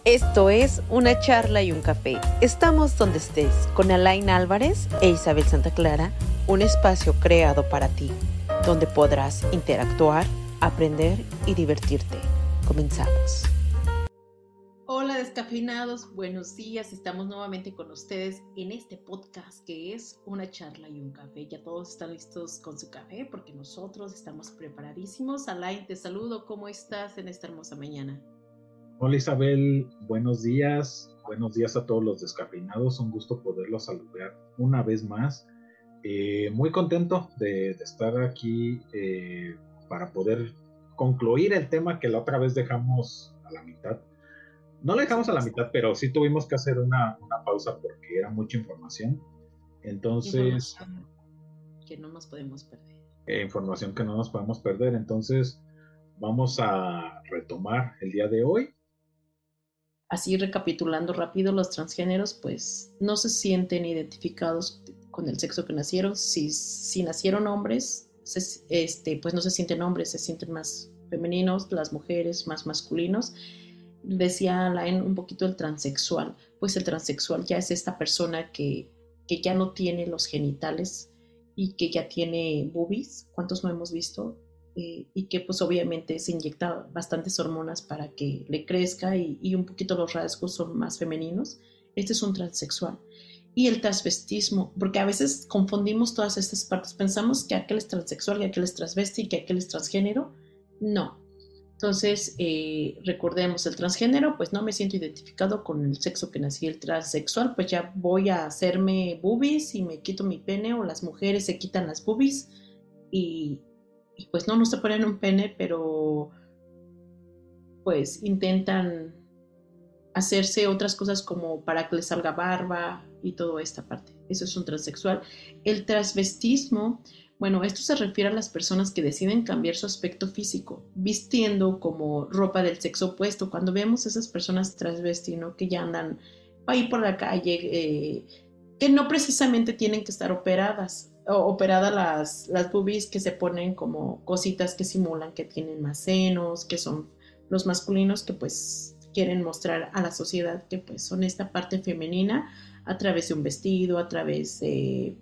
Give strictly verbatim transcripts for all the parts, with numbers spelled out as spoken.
Esto es Una charla y un café. Estamos donde estés con Alain Álvarez e Isabel Santa Clara, un espacio creado para ti, donde podrás interactuar, aprender y divertirte. Comenzamos. Hola descafeinados, buenos días. Estamos nuevamente con ustedes en este podcast que es Una charla y un café. Ya todos están listos con su café porque nosotros estamos preparadísimos. Alain, te saludo. ¿Cómo estás en esta hermosa mañana? Hola Isabel, buenos días, buenos días a todos los descafeinados, un gusto poderlos saludar una vez más. Eh, muy contento de, de estar aquí eh, para poder concluir el tema que la otra vez dejamos a la mitad. No lo dejamos a la mitad, pero sí tuvimos que hacer una, una pausa porque era mucha información. Entonces, información que no nos podemos perder. Eh, información que no nos podemos perder. Entonces, vamos a retomar el día de hoy. Así, recapitulando rápido, los transgéneros pues no se sienten identificados con el sexo que nacieron. Si, si nacieron hombres, se, este, pues no se sienten hombres, se sienten más femeninos, las mujeres más masculinos. Decía Alain un poquito el transexual, pues el transexual ya es esta persona que, que ya no tiene los genitales y que ya tiene boobies. ¿Cuántos no hemos visto? Eh, y que pues obviamente se inyecta bastantes hormonas para que le crezca y, y un poquito los rasgos son más femeninos. Este es un transexual. Y el transvestismo, porque a veces confundimos todas estas partes, pensamos que aquel es transexual, que aquel es transvesti, que aquel es transgénero. No. Entonces, eh, recordemos, el transgénero, pues no me siento identificado con el sexo que nací. El transexual, pues ya voy a hacerme boobies y me quito mi pene, o las mujeres se quitan las boobies y y pues no, no se ponen un pene, pero pues intentan hacerse otras cosas como para que les salga barba y toda esta parte. Eso es un transexual. El transvestismo, bueno, esto se refiere a las personas que deciden cambiar su aspecto físico, vistiendo como ropa del sexo opuesto. Cuando vemos esas personas transvesti, ¿no? Que ya andan ahí por la calle, eh, que no precisamente tienen que estar operadas, o operadas las, las boobies, que se ponen como cositas que simulan que tienen más senos, que son los masculinos que pues quieren mostrar a la sociedad que pues son esta parte femenina a través de un vestido, a través de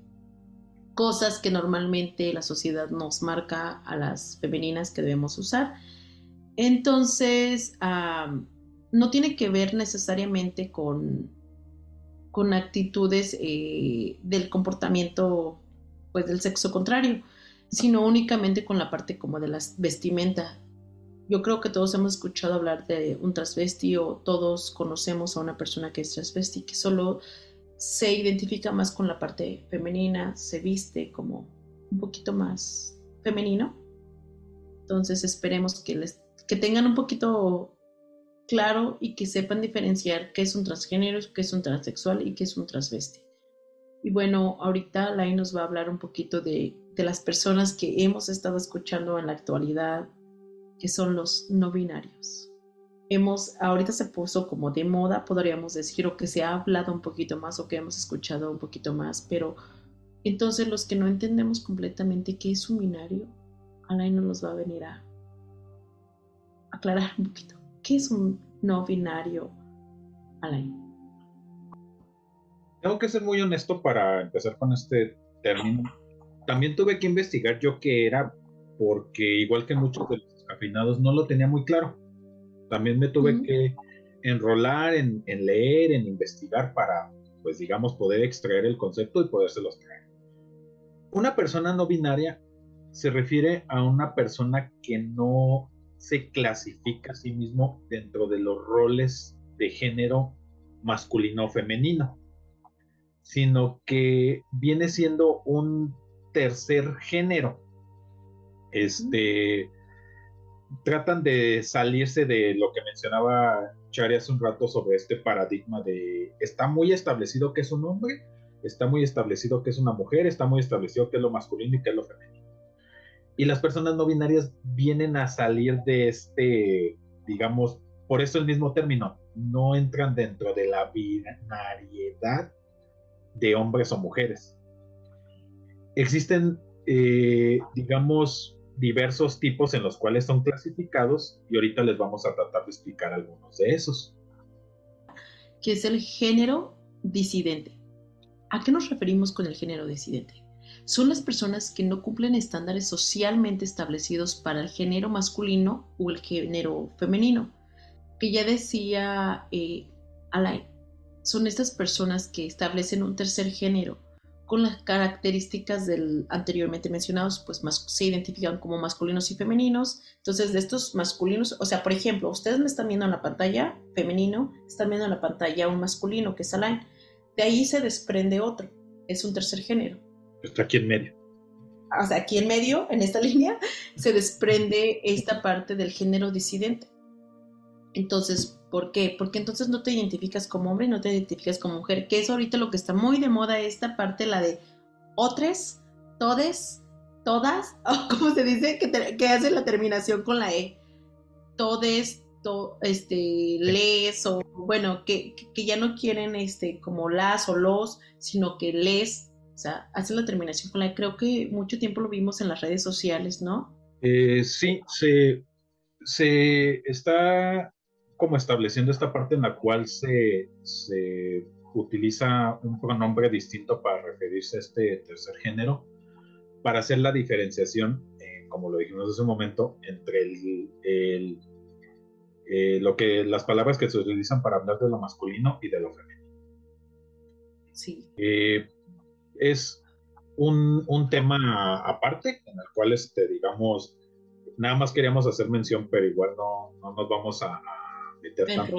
cosas que normalmente la sociedad nos marca a las femeninas que debemos usar. Entonces, um, no tiene que ver necesariamente con, con actitudes eh, del comportamiento pues del sexo contrario, sino únicamente con la parte como de la vestimenta. Yo creo que todos hemos escuchado hablar de un transvesti, o todos conocemos a una persona que es transvesti, que solo se identifica más con la parte femenina, se viste como un poquito más femenino. Entonces esperemos que, les, que tengan un poquito claro y que sepan diferenciar qué es un transgénero, qué es un transexual y qué es un transvesti. Y bueno, ahorita Lai nos va a hablar un poquito de, de las personas que hemos estado escuchando en la actualidad, que son los no binarios. Hemos, ahorita se puso como de moda, podríamos decir, o que se ha hablado un poquito más, o que hemos escuchado un poquito más, pero entonces los que no entendemos completamente qué es un binario, Alain nos va a venir a aclarar un poquito. ¿Qué es un no binario, Alain? Tengo que ser muy honesto para empezar con este término. También tuve que investigar yo qué era, porque igual que muchos de los descafeinados no lo tenía muy claro. También me tuve mm. que enrolar en, en leer, en investigar para, pues digamos, poder extraer el concepto y podérselos traer. Una persona no binaria se refiere a una persona que no se clasifica a sí mismo dentro de los roles de género masculino o femenino, sino que viene siendo un tercer género. Este, tratan de salirse de lo que mencionaba Chari hace un rato sobre este paradigma de está muy establecido que es un hombre, está muy establecido que es una mujer, está muy establecido que es lo masculino y que es lo femenino. Y las personas no binarias vienen a salir de este, digamos, por eso el mismo término, no entran dentro de la binariedad de hombres o mujeres. Existen, eh, digamos, diversos tipos en los cuales son clasificados y ahorita les vamos a tratar de explicar algunos de esos. que es el género disidente. ¿A qué nos referimos con el género disidente? Son las personas que no cumplen estándares socialmente establecidos para el género masculino o el género femenino, que ya decía eh, Alain. Son estas personas que establecen un tercer género con las características del anteriormente mencionados, pues más, se identifican como masculinos y femeninos. Entonces, de estos masculinos, o sea, por ejemplo, ustedes me están viendo en la pantalla femenino, están viendo en la pantalla un masculino que es Alain. De ahí se desprende otro, es un tercer género. Está aquí en medio. O sea, aquí en medio, en esta línea, se desprende esta parte del género disidente. Entonces, ¿por qué? Porque entonces no te identificas como hombre y no te identificas como mujer, que es ahorita lo que está muy de moda, esta parte, la de otres, todes, todas, o como se dice, que, te, que hace la terminación con la E, todes, to, este, les, o bueno, que, que ya no quieren este, como las o los, sino que les, o sea, hacen la terminación con la E. Creo que mucho tiempo lo vimos en las redes sociales, ¿no? Eh, sí, se, se está como estableciendo esta parte en la cual se, se utiliza un pronombre distinto para referirse a este tercer género, para hacer la diferenciación, eh, como lo dijimos hace un momento, entre el, el, eh, lo que, las palabras que se utilizan para hablar de lo masculino y de lo femenino. Sí. Eh, es un, un tema aparte, en el cual, este, digamos, nada más queríamos hacer mención, pero igual no, no nos vamos a, a meter tanto.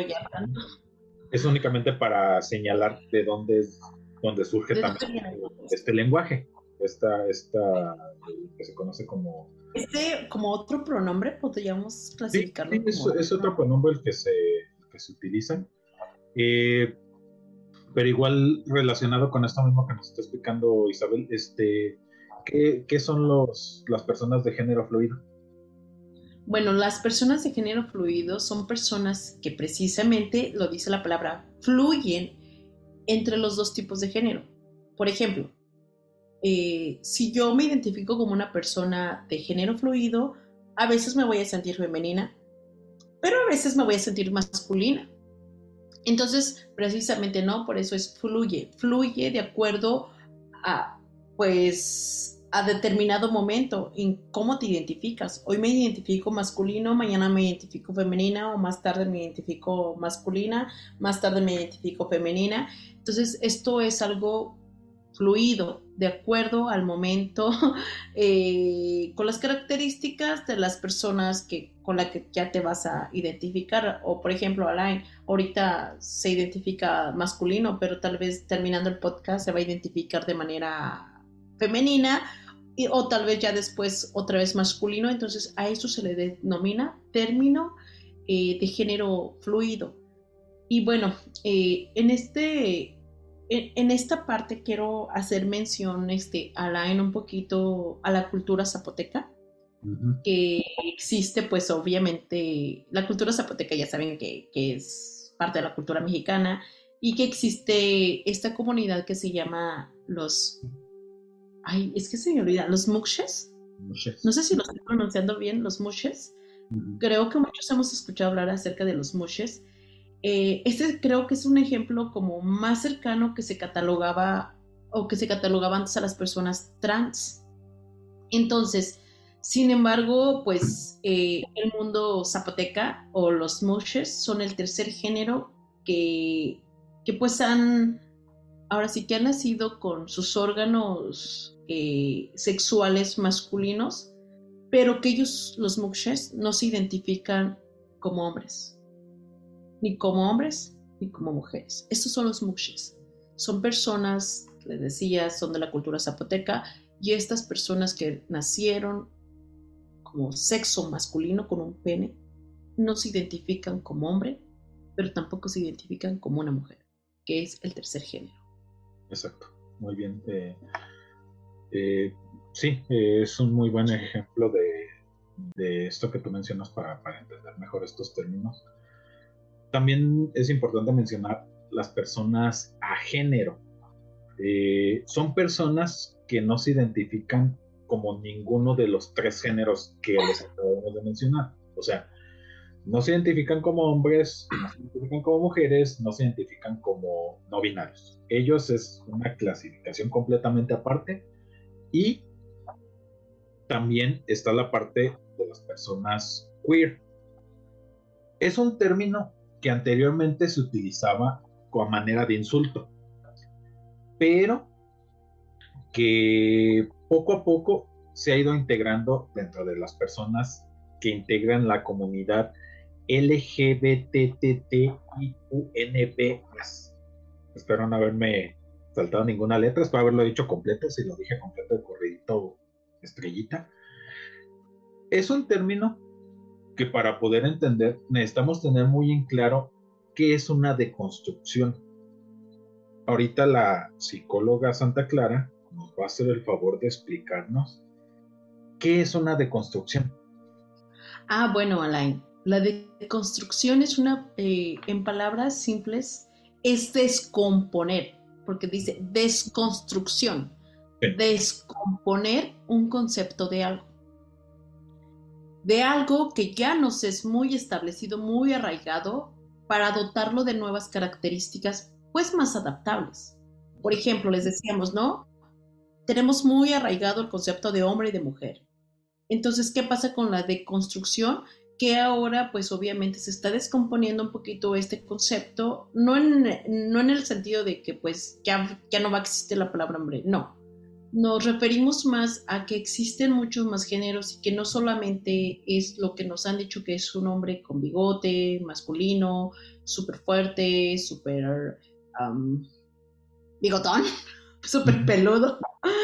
Es únicamente para señalar de dónde, es, dónde surge ¿De también dónde este lenguaje, esta, esta, que se conoce como... Este, como otro pronombre, podríamos clasificarlo. Sí, sí, como... es, es otro pronombre el que se, el que se utiliza. Eh, pero igual relacionado con esto mismo que nos está explicando Isabel, este, ¿qué, qué son los, las personas de género fluido? Bueno, las personas de género fluido son personas que precisamente, lo dice la palabra, fluyen entre los dos tipos de género. Por ejemplo, eh, si yo me identifico como una persona de género fluido, a veces me voy a sentir femenina, pero a veces me voy a sentir masculina. Entonces, precisamente no, por eso es fluye, fluye de acuerdo a, pues, a determinado momento en cómo te identificas. Hoy me identifico masculino, mañana me identifico femenina, o más tarde me identifico masculina, más tarde me identifico femenina. Entonces, esto es algo fluido, de acuerdo al momento, eh, con las características de las personas que, con las que ya te vas a identificar. O por ejemplo, Alain ahorita se identifica masculino, pero tal vez terminando el podcast se va a identificar de manera femenina, y, o tal vez ya después otra vez masculino. Entonces a eso se le denomina término eh, de género fluido. Y bueno, eh, en este... En esta parte quiero hacer mención, este, Alain, un poquito a la cultura zapoteca, uh-huh. que existe, pues obviamente, la cultura zapoteca ya saben que, que es parte de la cultura mexicana, y que existe esta comunidad que se llama los, ay, es que se me olvida, los muxes, Muxes. No sé si lo estoy pronunciando bien, los muxes, uh-huh. Creo que muchos hemos escuchado hablar acerca de los muxes. Eh, este creo que es un ejemplo como más cercano que se catalogaba o que se catalogaba antes a las personas trans. Entonces, sin embargo, pues eh, el mundo zapoteca o los muxes son el tercer género que, que pues han, ahora sí que han nacido con sus órganos eh, sexuales masculinos, pero que ellos, los muxes, no se identifican como hombres. Ni como hombres, ni como mujeres. Estos son los muxes. Son personas, les decía, son de la cultura zapoteca, y estas personas que nacieron como sexo masculino con un pene, no se identifican como hombre, pero tampoco se identifican como una mujer, que es el tercer género. Exacto, muy bien. Eh, eh, sí, eh, es un muy buen ejemplo de, de esto que tú mencionas para, para entender mejor estos términos. También es importante mencionar las personas a género. Eh, son personas que no se identifican como ninguno de los tres géneros que les acabamos de mencionar. O sea, No se identifican como hombres, no se identifican como mujeres, no se identifican como no binarios. Ellos es una clasificación completamente aparte y también está la parte de las personas queer. Es un término que anteriormente se utilizaba como manera de insulto, pero que poco a poco se ha ido integrando dentro de las personas que integran la comunidad L G B T T I Q N B más. Espero no haberme saltado ninguna letra, espero haberlo dicho completo, si lo dije completo de corridito estrellita. Es un término que para poder entender necesitamos tener muy en claro qué es una deconstrucción. Ahorita la psicóloga Santa Clara nos va a hacer el favor de explicarnos qué es una deconstrucción. Ah, bueno, Alain, la deconstrucción es una, eh, en palabras simples, es descomponer, porque dice desconstrucción, Sí. descomponer un concepto de algo, de algo que ya nos es muy establecido, muy arraigado, para dotarlo de nuevas características, pues más adaptables. Por ejemplo, les decíamos, ¿no? Tenemos muy arraigado el concepto de hombre y de mujer. Entonces, ¿qué pasa con la deconstrucción? Que ahora, pues obviamente se está descomponiendo un poquito este concepto, no en, no en el sentido de que pues ya, ya no va a existir la palabra hombre, no. Nos referimos más a que existen muchos más géneros y que no solamente es lo que nos han dicho que es un hombre con bigote, masculino, súper fuerte, súper um, bigotón, súper peludo.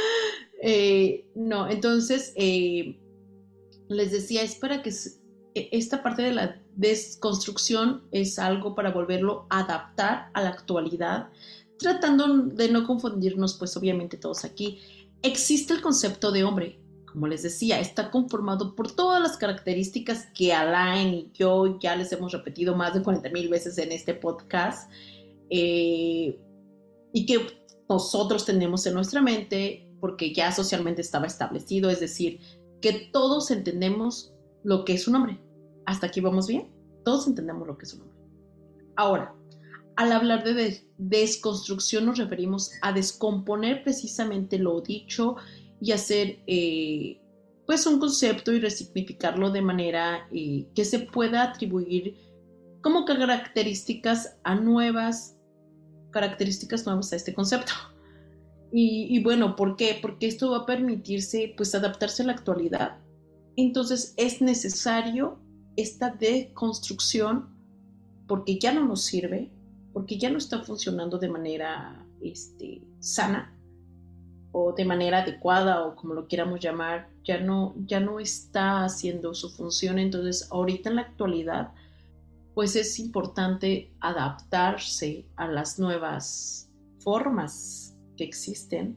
Eh, no, entonces... Eh, les decía, es para que esta parte de la desconstrucción es algo para volverlo a adaptar a la actualidad, tratando de no confundirnos, pues obviamente todos aquí. Existe el concepto de hombre, como les decía, está conformado por todas las características que Alain y yo ya les hemos repetido más de cuarenta mil veces en este podcast, eh, y que nosotros tenemos en nuestra mente porque ya socialmente estaba establecido, es decir, que todos entendemos lo que es un hombre. ¿Hasta aquí vamos bien? Todos entendemos lo que es un hombre. Ahora, al hablar de desconstrucción nos referimos a descomponer precisamente lo dicho y hacer eh, pues un concepto y resignificarlo de manera eh, que se pueda atribuir como características a nuevas características nuevas a este concepto. Y, y bueno, ¿por qué? Porque esto va a permitirse pues adaptarse a la actualidad. Entonces es necesario esta deconstrucción porque ya no nos sirve, porque ya no está funcionando de manera este, sana o de manera adecuada o como lo quieramos llamar, ya no, ya no está haciendo su función. Entonces ahorita en la actualidad pues es importante adaptarse a las nuevas formas que existen,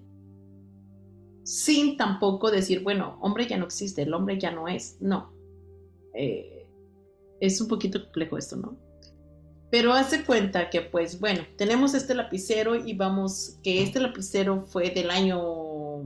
sin tampoco decir, bueno, hombre ya no existe, el hombre ya no es, no. Eh, es un poquito complejo esto, ¿no? Pero hace cuenta que, pues, bueno, tenemos este lapicero y vamos, que este lapicero fue del año,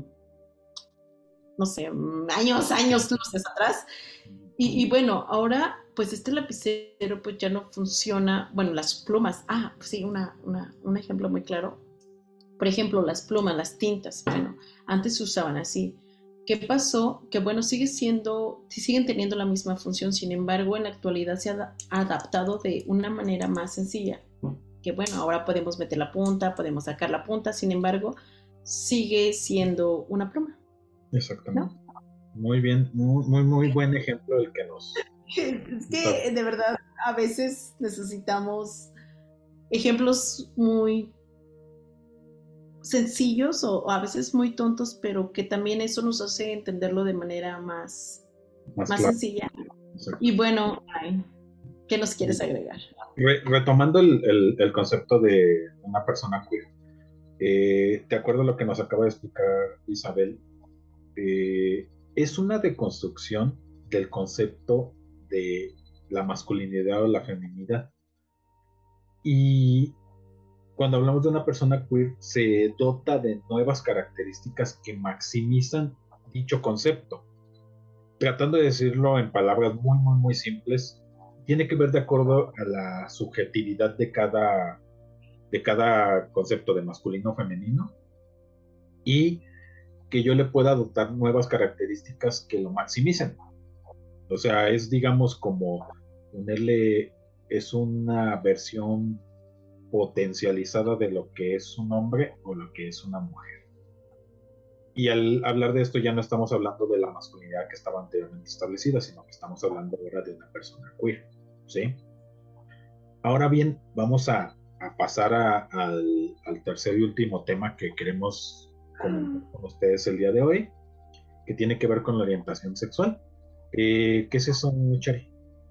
no sé, años, años, luces atrás. Y, y bueno, ahora, pues este lapicero, pues ya no funciona, bueno, las plumas, ah, sí, una, una, un ejemplo muy claro. Por ejemplo, las plumas, las tintas, bueno, antes se usaban así. ¿Qué pasó? Que bueno, sigue siendo, siguen teniendo la misma función, sin embargo, en la actualidad se ha adaptado de una manera más sencilla. Que bueno, ahora podemos meter la punta, podemos sacar la punta, sin embargo, sigue siendo una pluma. Exactamente. ¿No? Muy bien, muy, muy, muy buen ejemplo el que nos... Es que de verdad, a veces necesitamos ejemplos muy sencillos o a veces muy tontos, pero que también eso nos hace entenderlo de manera más, más, más sencilla. Exacto. Y bueno, ay, ¿qué nos quieres agregar? Re retomando el, el, el, concepto de una persona queer, eh, de acuerdo a lo que nos acaba de explicar Isabel, eh, es una deconstrucción del concepto de la masculinidad o la feminidad. Y cuando hablamos de una persona queer, se dota de nuevas características que maximizan dicho concepto. Tratando de decirlo en palabras muy, muy, muy simples, tiene que ver de acuerdo a la subjetividad de cada, de cada concepto de masculino o femenino, y que yo le pueda adoptar nuevas características que lo maximicen. O sea, es, digamos, como ponerle, es una versión potencializada de lo que es un hombre o lo que es una mujer. Y al hablar de esto ya no estamos hablando de la masculinidad que estaba anteriormente establecida, sino que estamos hablando ahora de una persona queer, ¿sí? Ahora bien, vamos a, a pasar a, al, al tercer y último tema que queremos comentar con ustedes el día de hoy, que tiene que ver con la orientación sexual. Eh, ¿Qué es eso, Chari?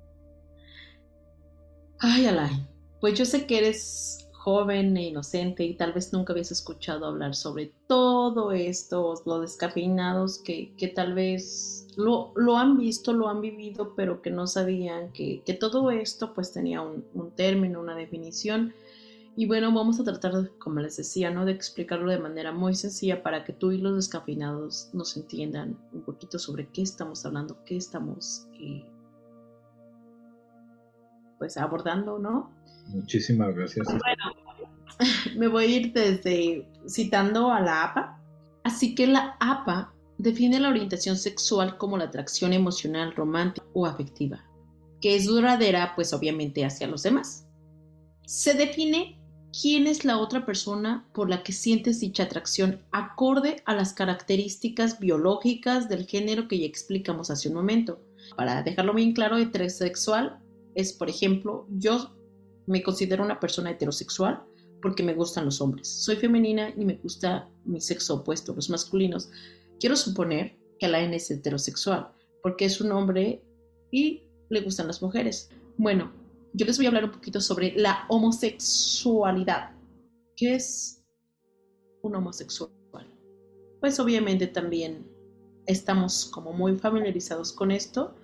Ay, Alain, pues yo sé que eres joven e inocente y tal vez nunca habías escuchado hablar sobre todo esto, lo descafeinados que, que tal vez lo, lo han visto, lo han vivido, pero que no sabían que, que todo esto pues tenía un, un término, una definición. Y bueno, vamos a tratar, como les decía, ¿no? de explicarlo de manera muy sencilla para que tú y los descafeinados nos entiendan un poquito sobre qué estamos hablando, qué estamos eh, pues abordando, ¿no? Muchísimas gracias. Bueno, me voy a ir desde citando a la A P A. Así que la A P A define la orientación sexual como la atracción emocional, romántica o afectiva, que es duradera, pues obviamente hacia los demás. Se define quién es la otra persona por la que sientes dicha atracción acorde a las características biológicas del género que ya explicamos hace un momento. Para dejarlo bien claro, heterosexual es, por ejemplo, yo me considero una persona heterosexual porque me gustan los hombres. Soy femenina y me gusta mi sexo opuesto, los masculinos. Quiero suponer que Alain es heterosexual porque es un hombre y le gustan las mujeres. Bueno, yo les voy a hablar un poquito sobre la homosexualidad. ¿Qué es un homosexual? Pues obviamente también estamos como muy familiarizados con esto.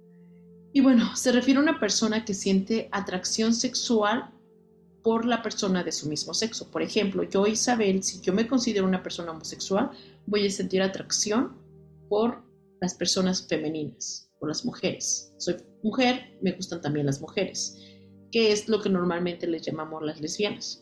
Y bueno, se refiere a una persona que siente atracción sexual por la persona de su mismo sexo. Por ejemplo, yo, Isabel, si yo me considero una persona homosexual, voy a sentir atracción por las personas femeninas, por las mujeres. Soy mujer, me gustan también las mujeres, que es lo que normalmente les llamamos las lesbianas.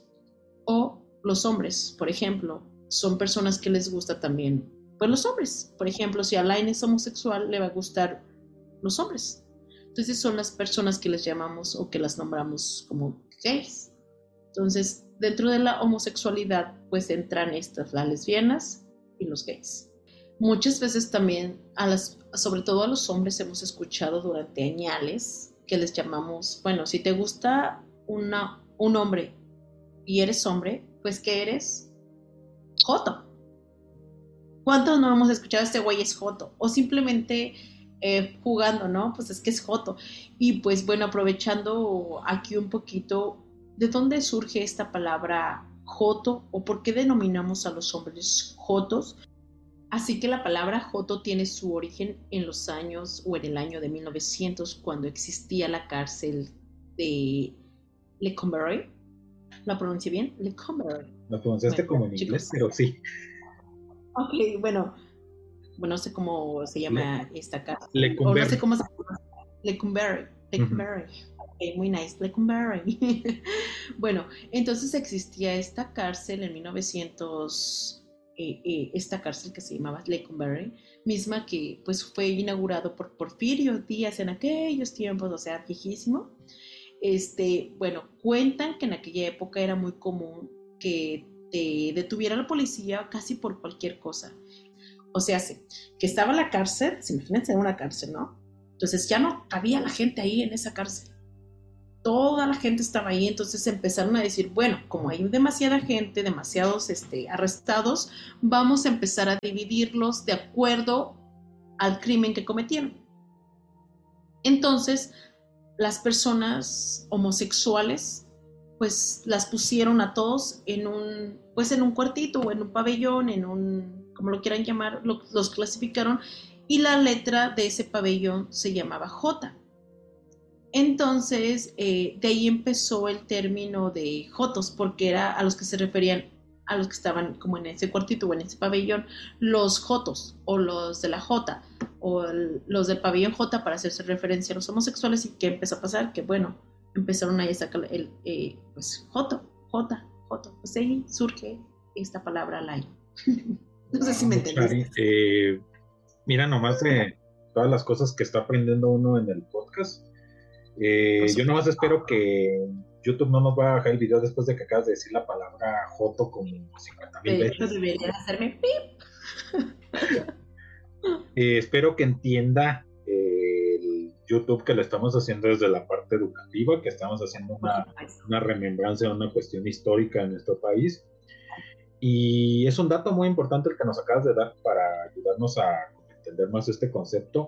O los hombres, por ejemplo, son personas que les gusta también, pues los hombres. Por ejemplo, si Alain es homosexual, le va a gustar los hombres. Entonces son las personas que les llamamos o que las nombramos como gays. Entonces, dentro de la homosexualidad, pues entran estas, las lesbianas y los gays. Muchas veces también, a las, sobre todo a los hombres, hemos escuchado durante añales que les llamamos, bueno, si te gusta una, un hombre y eres hombre, pues ¿qué eres? Joto. ¿Cuántos no hemos escuchado este güey es joto? O simplemente eh, jugando, ¿no? Pues es que es joto. Y pues bueno, aprovechando aquí un poquito, ¿de dónde surge esta palabra joto o por qué denominamos a los hombres jotos? Así que la palabra joto tiene su origen en los años o en el año de mil novecientos, cuando existía la cárcel de Lecumberri. ¿La pronuncié bien? Lecumberri. Lo pronunciaste bueno, como en chicos, inglés, pero sí. Ok, bueno, bueno, no sé cómo se llama Le, esta cárcel. Lecumberri. O no sé cómo se llama. Lecumberri. Lecumberri. Uh-huh. Okay, muy nice, Lecumberri. Bueno, entonces existía esta cárcel en mil novecientos, eh, eh, esta cárcel que se llamaba Lecumberri, misma que pues fue inaugurado por Porfirio Díaz en aquellos tiempos, o sea, viejísimo. Este, bueno, cuentan que en aquella época era muy común que te detuviera la policía casi por cualquier cosa. O sea, sí, que estaba la cárcel, se imagínense en una cárcel, ¿no? Entonces ya no había la gente ahí en esa cárcel. Toda la gente estaba ahí, entonces empezaron a decir, bueno, como hay demasiada gente, demasiados este, arrestados, vamos a empezar a dividirlos de acuerdo al crimen que cometieron. Entonces, las personas homosexuales, pues las pusieron a todos en un, pues en un cuartito o en un pabellón, en un, como lo quieran llamar, lo, los clasificaron, y la letra de ese pabellón se llamaba J. Entonces, eh, de ahí empezó el término de jotos, porque era a los que se referían a los que estaban como en ese cuartito o en ese pabellón, los jotos o los de la J, o el, los del pabellón J para hacerse referencia a los homosexuales. ¿Y qué empezó a pasar? Que bueno, empezaron ahí a sacar el, eh, pues, J, J, J, pues ahí surge esta palabra line. No sé si me entendiste. Eh, mira, nomás de todas las cosas que está aprendiendo uno en el podcast, eh, yo nomás espero que YouTube no nos vaya a bajar el video después de que acabas de decir la palabra Joto como cincuenta mil veces. De hecho, debería hacerme pip. Eh, espero que entienda eh, el YouTube que lo estamos haciendo desde la parte educativa, que estamos haciendo una, una remembranza de una cuestión histórica en nuestro país. Y es un dato muy importante el que nos acabas de dar para ayudarnos a entender más este concepto.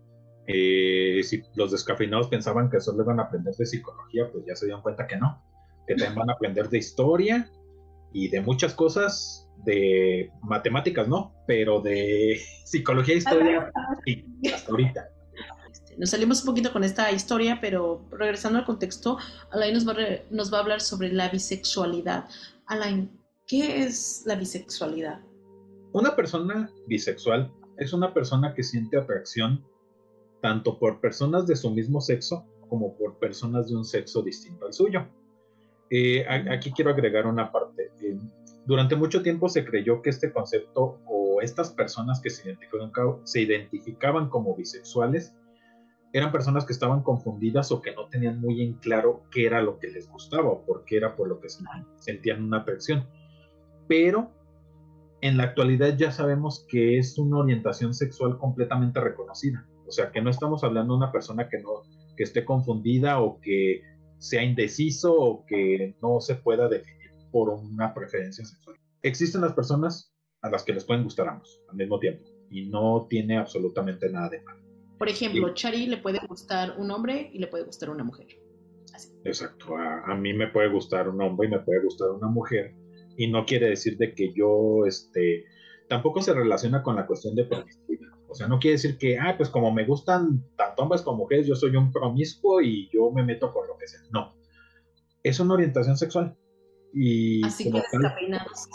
Eh, si los descafeinados pensaban que solo iban a aprender de psicología, pues ya se dieron cuenta que no, que también van a aprender de historia y de muchas cosas, de matemáticas no, pero de psicología e historia sí, hasta ahorita. Nos salimos un poquito con esta historia, pero regresando al contexto, Alain nos va a, re, nos va a hablar sobre la bisexualidad. Alain, ¿qué es la bisexualidad? Una persona bisexual es una persona que siente atracción tanto por personas de su mismo sexo como por personas de un sexo distinto al suyo. Eh, aquí quiero agregar una parte. Eh, durante mucho tiempo se creyó que este concepto o estas personas que se identificaban, se identificaban como bisexuales eran personas que estaban confundidas o que no tenían muy en claro qué era lo que les gustaba o por qué era por lo que sentían una atracción. Pero en la actualidad ya sabemos que es una orientación sexual completamente reconocida. O sea, que no estamos hablando de una persona que, no, que esté confundida o que sea indeciso o que no se pueda definir por una preferencia sexual. Existen las personas a las que les pueden gustar ambos al mismo tiempo y no tiene absolutamente nada de malo. Por ejemplo, sí. Chari le puede gustar un hombre y le puede gustar una mujer. Así. Exacto, a, a mí me puede gustar un hombre y me puede gustar una mujer y no quiere decir de que yo, este, tampoco se relaciona con la cuestión de promiscuidad. O sea, no quiere decir que, ah, pues como me gustan tanto hombres como mujeres, yo soy un promiscuo y yo me meto con lo que sea. No, es una orientación sexual. Y así que descafeinados.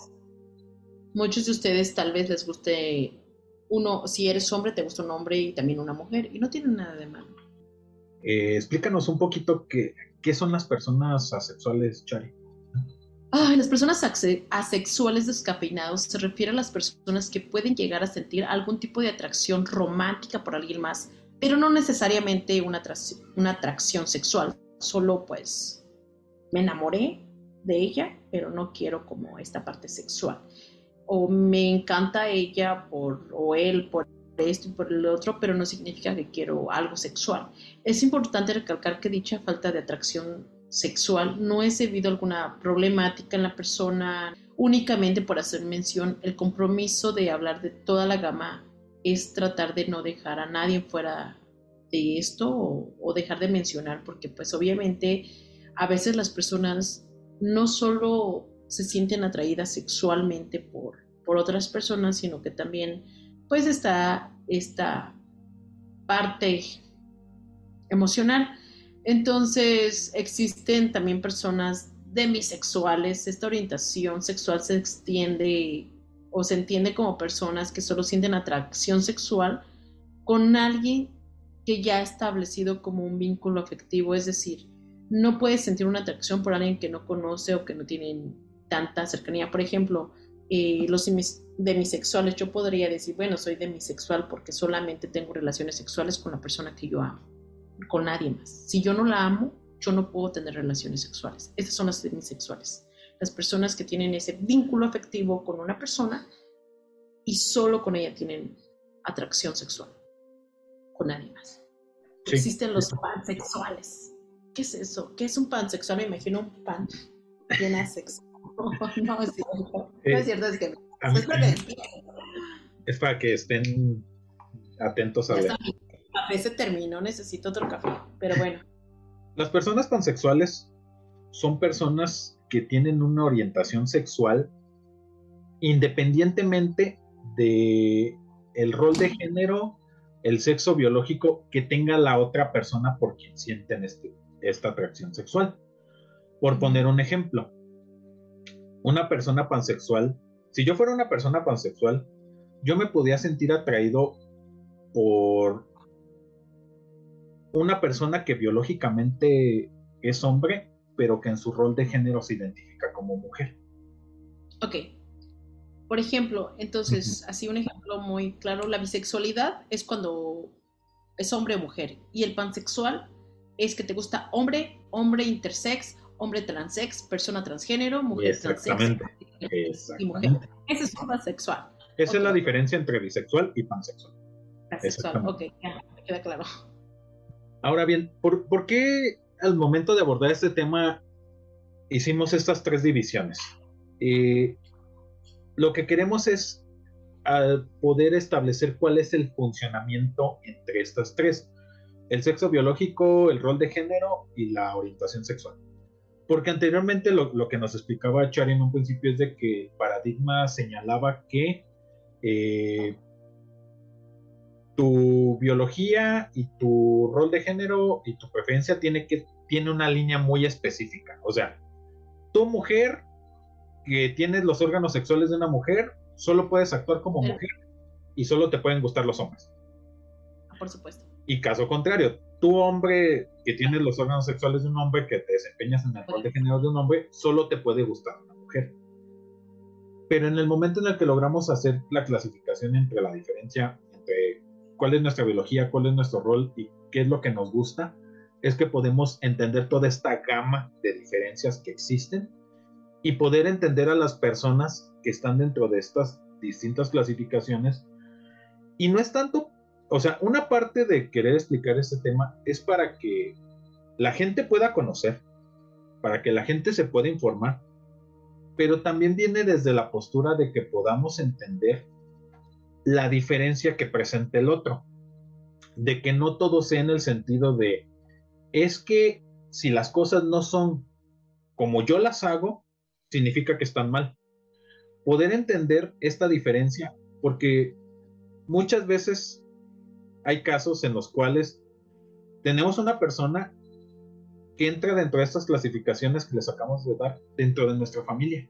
Muchos de ustedes tal vez les guste uno, si eres hombre, te gusta un hombre y también una mujer, y no tiene nada de malo. Eh, explícanos un poquito qué, qué son las personas asexuales, Chari. Ay, las personas asexuales descafeinados se refiere a las personas que pueden llegar a sentir algún tipo de atracción romántica por alguien más, pero no necesariamente una, atracción, una atracción sexual. Solo pues me enamoré de ella, pero no quiero como esta parte sexual. O me encanta ella por, o él por esto y por el otro, pero no significa que quiero algo sexual. Es importante recalcar que dicha falta de atracción sexual no es debido a alguna problemática en la persona, únicamente por hacer mención. El compromiso de hablar de toda la gama es tratar de no dejar a nadie fuera de esto o, o dejar de mencionar, porque pues obviamente a veces las personas no solo se sienten atraídas sexualmente por, por otras personas, sino que también pues está esta parte emocional. Entonces existen también personas demisexuales. Esta orientación sexual se extiende o se entiende como personas que solo sienten atracción sexual con alguien que ya ha establecido como un vínculo afectivo, es decir, no puedes sentir una atracción por alguien que no conoce o que no tienen tanta cercanía. Por ejemplo, eh, los demisexuales, yo podría decir, bueno, soy demisexual porque solamente tengo relaciones sexuales con la persona que yo amo, con nadie más. Si yo no la amo, yo no puedo tener relaciones sexuales. Esas son las demisexuales, las personas que tienen ese vínculo afectivo con una persona y solo con ella tienen atracción sexual, con nadie más. Sí. Existen los pansexuales. ¿Qué es eso? ¿Qué es un pansexual? Me imagino un pan bien asexual. No, no es cierto. No es cierto, es que no. Es para, es para que estén atentos a ver. Mi café se terminó, necesito otro café, pero bueno. Las personas pansexuales son personas que tienen una orientación sexual independientemente de el rol de género, el sexo biológico que tenga la otra persona por quien sienten este, esta atracción sexual. Por poner un ejemplo, una persona pansexual, si yo fuera una persona pansexual, yo me podía sentir atraído por una persona que biológicamente es hombre, pero que en su rol de género se identifica como mujer. Ok. Por ejemplo, entonces, así un ejemplo muy claro, la bisexualidad es cuando es hombre o mujer, y el pansexual es que te gusta hombre, hombre intersex, hombre transex, persona transgénero, mujer transex Exactamente. y mujer. Exactamente. Ese es un pansexual. Esa es Ok. la diferencia entre bisexual y pansexual. Pansexual, Exactamente. ok, ya, me queda claro. Ahora bien, ¿por, ¿por qué al momento de abordar este tema hicimos estas tres divisiones? Eh, lo que queremos es uh, poder establecer cuál es el funcionamiento entre estas tres: el sexo biológico, el rol de género y la orientación sexual. Porque anteriormente lo, lo que nos explicaba Chari en un principio es de que el paradigma señalaba que eh, tu biología y tu rol de género y tu preferencia tiene, que, tiene una línea muy específica. O sea, tu mujer que tienes los órganos sexuales de una mujer, solo puedes actuar como mujer y solo te pueden gustar los hombres. Por supuesto. Y caso contrario, tu hombre que tienes los órganos sexuales de un hombre, que te desempeñas en el rol de género de un hombre, solo te puede gustar una mujer. Pero en el momento en el que logramos hacer la clasificación entre la diferencia entre cuál es nuestra biología, cuál es nuestro rol y qué es lo que nos gusta, es que podemos entender toda esta gama de diferencias que existen y poder entender a las personas que están dentro de estas distintas clasificaciones. Y no es tanto, o sea, una parte de querer explicar este tema es para que la gente pueda conocer, para que la gente se pueda informar, pero también viene desde la postura de que podamos entender la diferencia que presenta el otro, de que no todo sea en el sentido de, es que si las cosas no son como yo las hago, significa que están mal. Poder entender esta diferencia, porque muchas veces hay casos en los cuales tenemos una persona que entra dentro de estas clasificaciones que les acabamos de dar dentro de nuestra familia.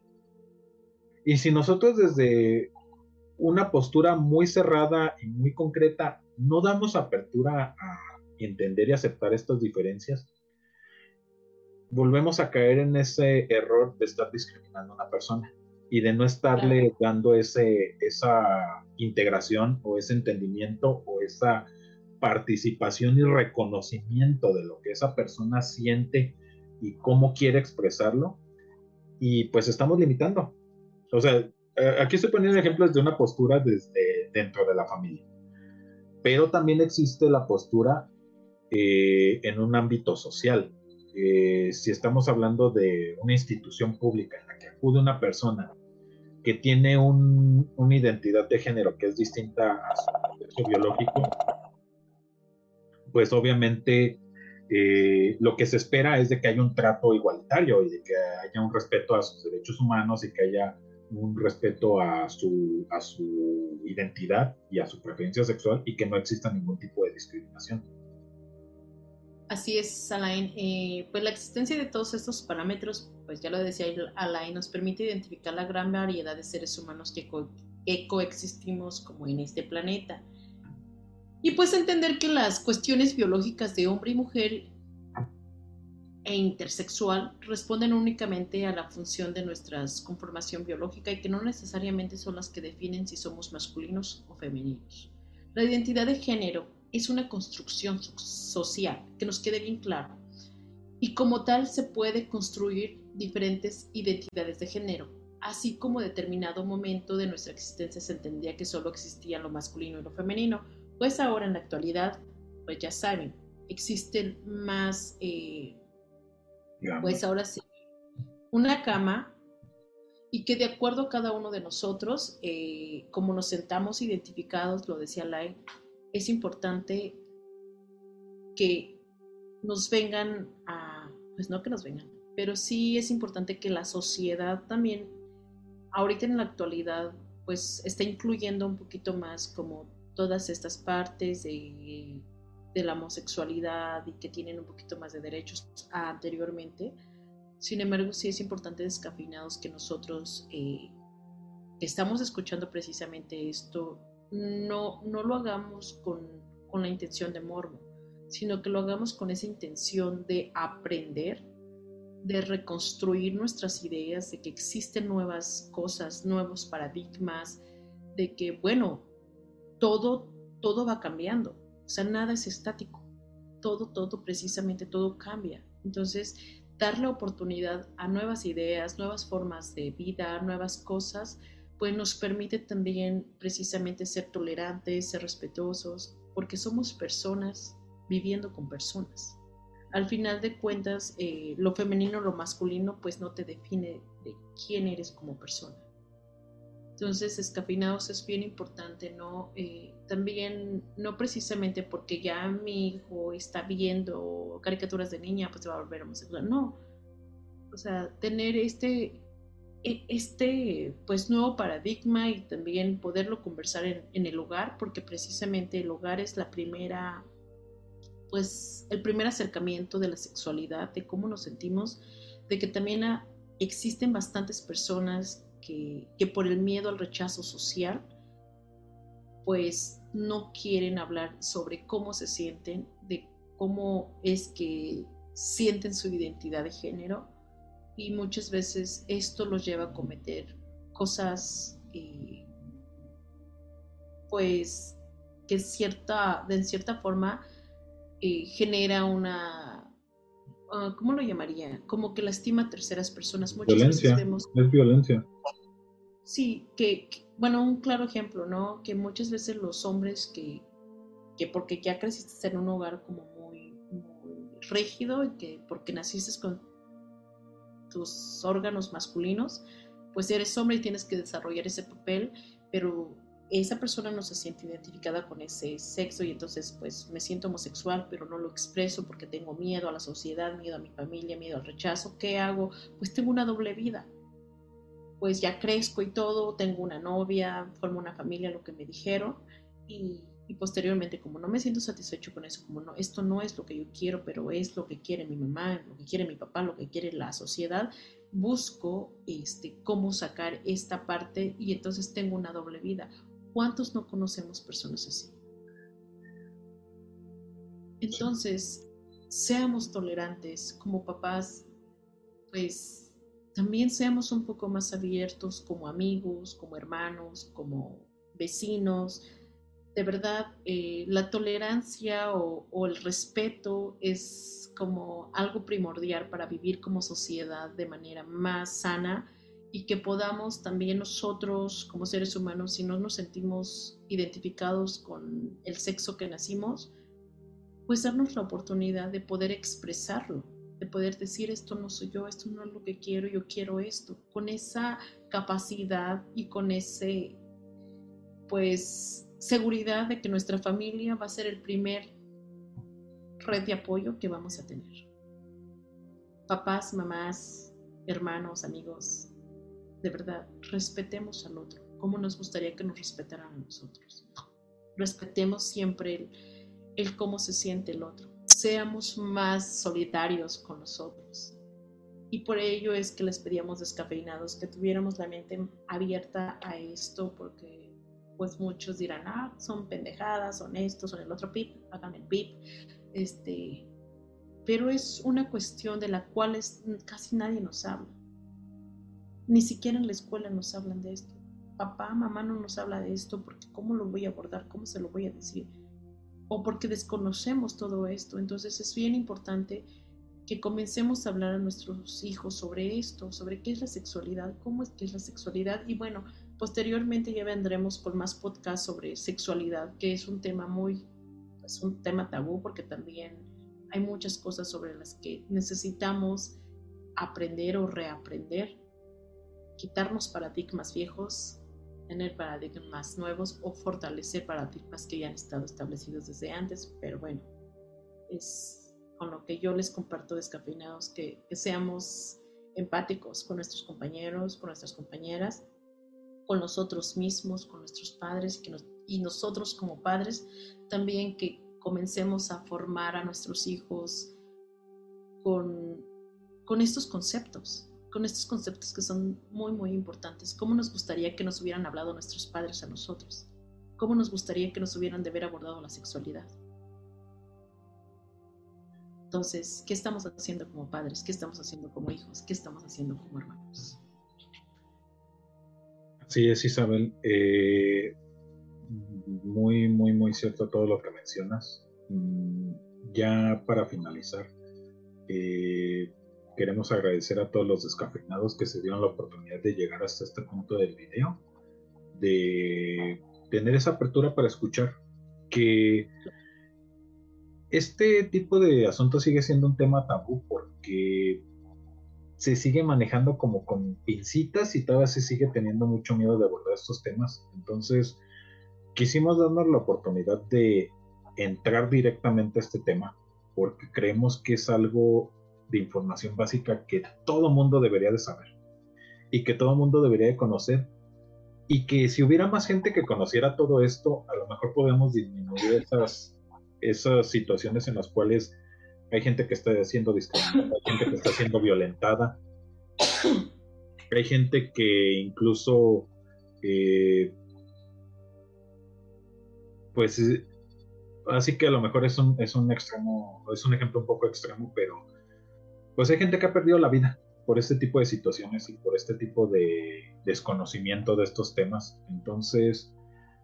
Y si nosotros desde una postura muy cerrada y muy concreta no damos apertura a entender y aceptar estas diferencias, volvemos a caer en ese error de estar discriminando a una persona y de no estarle claro. dando ese, esa integración o ese entendimiento o esa participación y reconocimiento de lo que esa persona siente y cómo quiere expresarlo, y pues estamos limitando. O sea, aquí estoy poniendo ejemplos de una postura desde dentro de la familia, pero también existe la postura eh, en un ámbito social. Eh, si estamos hablando de una institución pública en la que acude una persona que tiene un, una identidad de género que es distinta a su sexo biológico, pues obviamente eh, lo que se espera es de que haya un trato igualitario y de que haya un respeto a sus derechos humanos y que haya un respeto a su, a su identidad y a su preferencia sexual y que no exista ningún tipo de discriminación. Así es, Alain. Eh, pues la existencia de todos estos parámetros, pues ya lo decía Alain, nos permite identificar la gran variedad de seres humanos que, co que coexistimos como en este planeta. Y pues entender que las cuestiones biológicas de hombre y mujer e intersexual responden únicamente a la función de nuestra conformación biológica y que no necesariamente son las que definen si somos masculinos o femeninos. La identidad de género es una construcción social, que nos quede bien claro, y como tal se puede construir diferentes identidades de género, así como en determinado momento de nuestra existencia se entendía que solo existía lo masculino y lo femenino, pues ahora en la actualidad, pues ya saben, existen más, eh, pues ahora sí, una cama, y que de acuerdo a cada uno de nosotros, eh, como nos sentamos identificados, lo decía Lai, es importante que nos vengan a, pues no que nos vengan, pero sí es importante que la sociedad también, ahorita en la actualidad, pues está incluyendo un poquito más como todas estas partes de, de la homosexualidad y que tienen un poquito más de derechos anteriormente. Sin embargo, sí es importante descafeinados que nosotros eh, estamos escuchando precisamente esto no, no lo hagamos con, con la intención de morbo, sino que lo hagamos con esa intención de aprender, de reconstruir nuestras ideas, de que existen nuevas cosas, nuevos paradigmas, de que, bueno, todo, todo va cambiando, o sea, nada es estático, todo, todo, precisamente todo cambia. Entonces, darle oportunidad a nuevas ideas, nuevas formas de vida, nuevas cosas, pues nos permite también precisamente ser tolerantes, ser respetuosos, porque somos personas viviendo con personas. Al final de cuentas, eh, lo femenino, lo masculino, pues no te define de quién eres como persona. Entonces, Descafeinados es bien importante, ¿no? Eh, también, no precisamente porque ya mi hijo está viendo caricaturas de niña, pues se va a volver homosexual, no. O sea, tener este, este pues nuevo paradigma y también poderlo conversar en, en el hogar, porque precisamente el hogar es la primera, pues el primer acercamiento de la sexualidad, de cómo nos sentimos, de que también a, existen bastantes personas que, que por el miedo al rechazo social, pues no quieren hablar sobre cómo se sienten, de cómo es que sienten su identidad de género, y muchas veces esto los lleva a cometer cosas eh, pues que cierta, de cierta forma eh, genera una, uh, ¿cómo lo llamaría? Como que lastima a terceras personas. Muchas Violencia, veces vemos... es violencia. Sí, que, que, bueno, un claro ejemplo, ¿no? Que muchas veces los hombres que, que porque ya creciste en un hogar como muy, muy rígido y que porque naciste con tus órganos masculinos, pues eres hombre y tienes que desarrollar ese papel, pero esa persona no se siente identificada con ese sexo y entonces pues me siento homosexual, pero no lo expreso porque tengo miedo a la sociedad, miedo a mi familia, miedo al rechazo. ¿Qué hago? Pues tengo una doble vida. Pues ya crezco y todo, tengo una novia, formo una familia, lo que me dijeron, y, y posteriormente, como no me siento satisfecho con eso, como no, esto no es lo que yo quiero, pero es lo que quiere mi mamá, lo que quiere mi papá, lo que quiere la sociedad, busco este, cómo sacar esta parte y entonces tengo una doble vida. ¿Cuántos no conocemos personas así? Entonces, seamos tolerantes como papás, pues también seamos un poco más abiertos como amigos, como hermanos, como vecinos. De verdad, eh, la tolerancia o, o el respeto es como algo primordial para vivir como sociedad de manera más sana, y que podamos también nosotros como seres humanos, si no nos sentimos identificados con el sexo que nacimos, pues darnos la oportunidad de poder expresarlo, de poder decir esto no soy yo, esto no es lo que quiero, yo quiero esto, con esa capacidad y con ese, pues, seguridad de que nuestra familia va a ser el primer red de apoyo que vamos a tener. Papás, mamás, hermanos, amigos, de verdad, respetemos al otro, como nos gustaría que nos respetaran a nosotros. Respetemos siempre el, el cómo se siente el otro. Seamos más solidarios con nosotros. Y por ello es que les pedíamos Descafeinados que tuviéramos la mente abierta a esto, porque pues muchos dirán, ah, son pendejadas, son esto, son el otro, pip, hagan el pip. Este, pero es una cuestión de la cual es, casi nadie nos habla. Ni siquiera en la escuela nos hablan de esto. Papá, mamá no nos habla de esto porque ¿cómo lo voy a abordar? ¿Cómo se lo voy a decir? O porque desconocemos todo esto. Entonces es bien importante que comencemos a hablar a nuestros hijos sobre esto, sobre qué es la sexualidad, cómo es que es la sexualidad. Y bueno, posteriormente ya vendremos con más podcasts sobre sexualidad, que es un tema muy, es un tema tabú, porque también hay muchas cosas sobre las que necesitamos aprender o reaprender, quitarnos paradigmas viejos, tener paradigmas nuevos o fortalecer paradigmas que ya han estado establecidos desde antes. Pero bueno, es con lo que yo les comparto Descafeinados, que, que seamos empáticos con nuestros compañeros, con nuestras compañeras, con nosotros mismos, con nuestros padres, que nos, y nosotros como padres también, que comencemos a formar a nuestros hijos con, con estos conceptos, con estos conceptos que son muy, muy importantes. ¿Cómo nos gustaría que nos hubieran hablado nuestros padres a nosotros? ¿cómo nos gustaría que nos hubieran de haber abordado la sexualidad? Entonces, ¿qué estamos haciendo como padres? ¿Qué estamos haciendo como hijos? ¿Qué estamos haciendo como hermanos? Sí, es Isabel. Eh, muy, muy, muy cierto todo lo que mencionas. Ya para finalizar, eh, queremos agradecer a todos los descafeinados que se dieron la oportunidad de llegar hasta este punto del video, de tener esa apertura para escuchar, que este tipo de asuntos sigue siendo un tema tabú porque se sigue manejando como con pincitas y todavía se sigue teniendo mucho miedo de abordar estos temas. Entonces, quisimos darnos la oportunidad de entrar directamente a este tema porque creemos que es algo de información básica que todo mundo debería de saber y que todo mundo debería de conocer, y que si hubiera más gente que conociera todo esto, a lo mejor podemos disminuir esas, esas situaciones en las cuales hay gente que está siendo discriminada, hay gente que está siendo violentada, hay gente que incluso eh, pues así que a lo mejor es un, es un extremo, es un ejemplo un poco extremo, pero pues hay gente que ha perdido la vida por este tipo de situaciones y por este tipo de desconocimiento de estos temas. Entonces,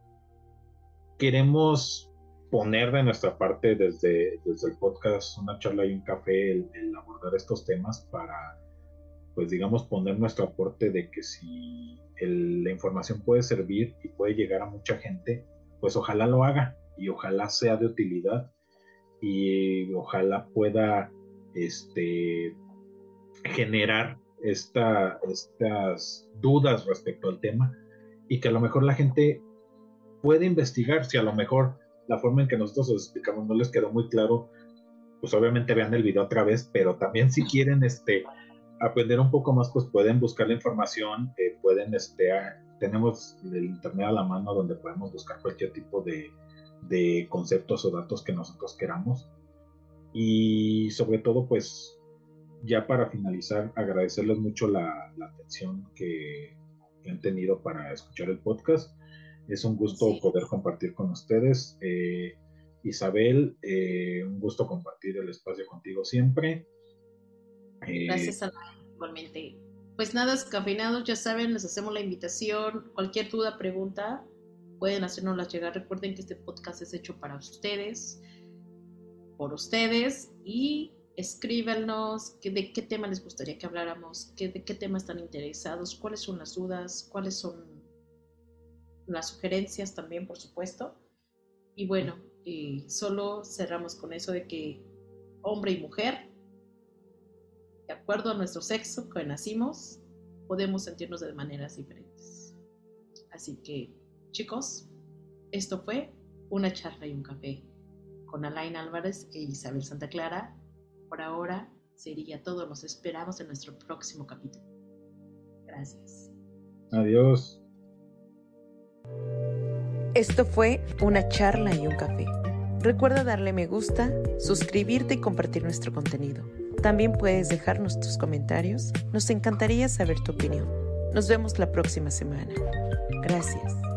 queremos poner de nuestra parte desde, desde el podcast Una Charla y un Café el, el abordar estos temas para, pues digamos, poner nuestro aporte de que si el, la información puede servir y puede llegar a mucha gente, pues ojalá lo haga y ojalá sea de utilidad y ojalá pueda este, generar esta, estas dudas respecto al tema y que a lo mejor la gente puede investigar. Si a lo mejor la forma en que nosotros los explicamos no les quedó muy claro, pues obviamente vean el video otra vez, pero también si quieren este, aprender un poco más, pues pueden buscar la información, eh, pueden, este, a, tenemos el internet a la mano donde podemos buscar cualquier tipo de, de conceptos o datos que nosotros queramos. Y sobre todo, pues ya para finalizar, agradecerles mucho la, la atención que, que han tenido para escuchar el podcast. Es un gusto sí. poder compartir con ustedes. Eh, Isabel, eh, un gusto compartir el espacio contigo siempre. Eh, Gracias a igualmente. Pues nada, descafeinados, ya saben, les hacemos la invitación. Cualquier duda, pregunta, pueden hacernoslas llegar. Recuerden que este podcast es hecho para ustedes, por ustedes, y escríbanos que, de qué tema les gustaría que habláramos, que, de qué temas están interesados, cuáles son las dudas, cuáles son las sugerencias también, por supuesto. Y bueno, eh, solo cerramos con eso de que hombre y mujer, de acuerdo a nuestro sexo que nacimos, podemos sentirnos de maneras diferentes. Así que, chicos, esto fue Una Charla y un Café con Alain Álvarez e Isabel Santa Clara. Por ahora sería todo. Los esperamos en nuestro próximo capítulo. Gracias. Adiós. Esto fue Una Charla y un Café. Recuerda darle me gusta, suscribirte y compartir nuestro contenido. También puedes dejarnos tus comentarios. Nos encantaría saber tu opinión. Nos vemos la próxima semana. Gracias.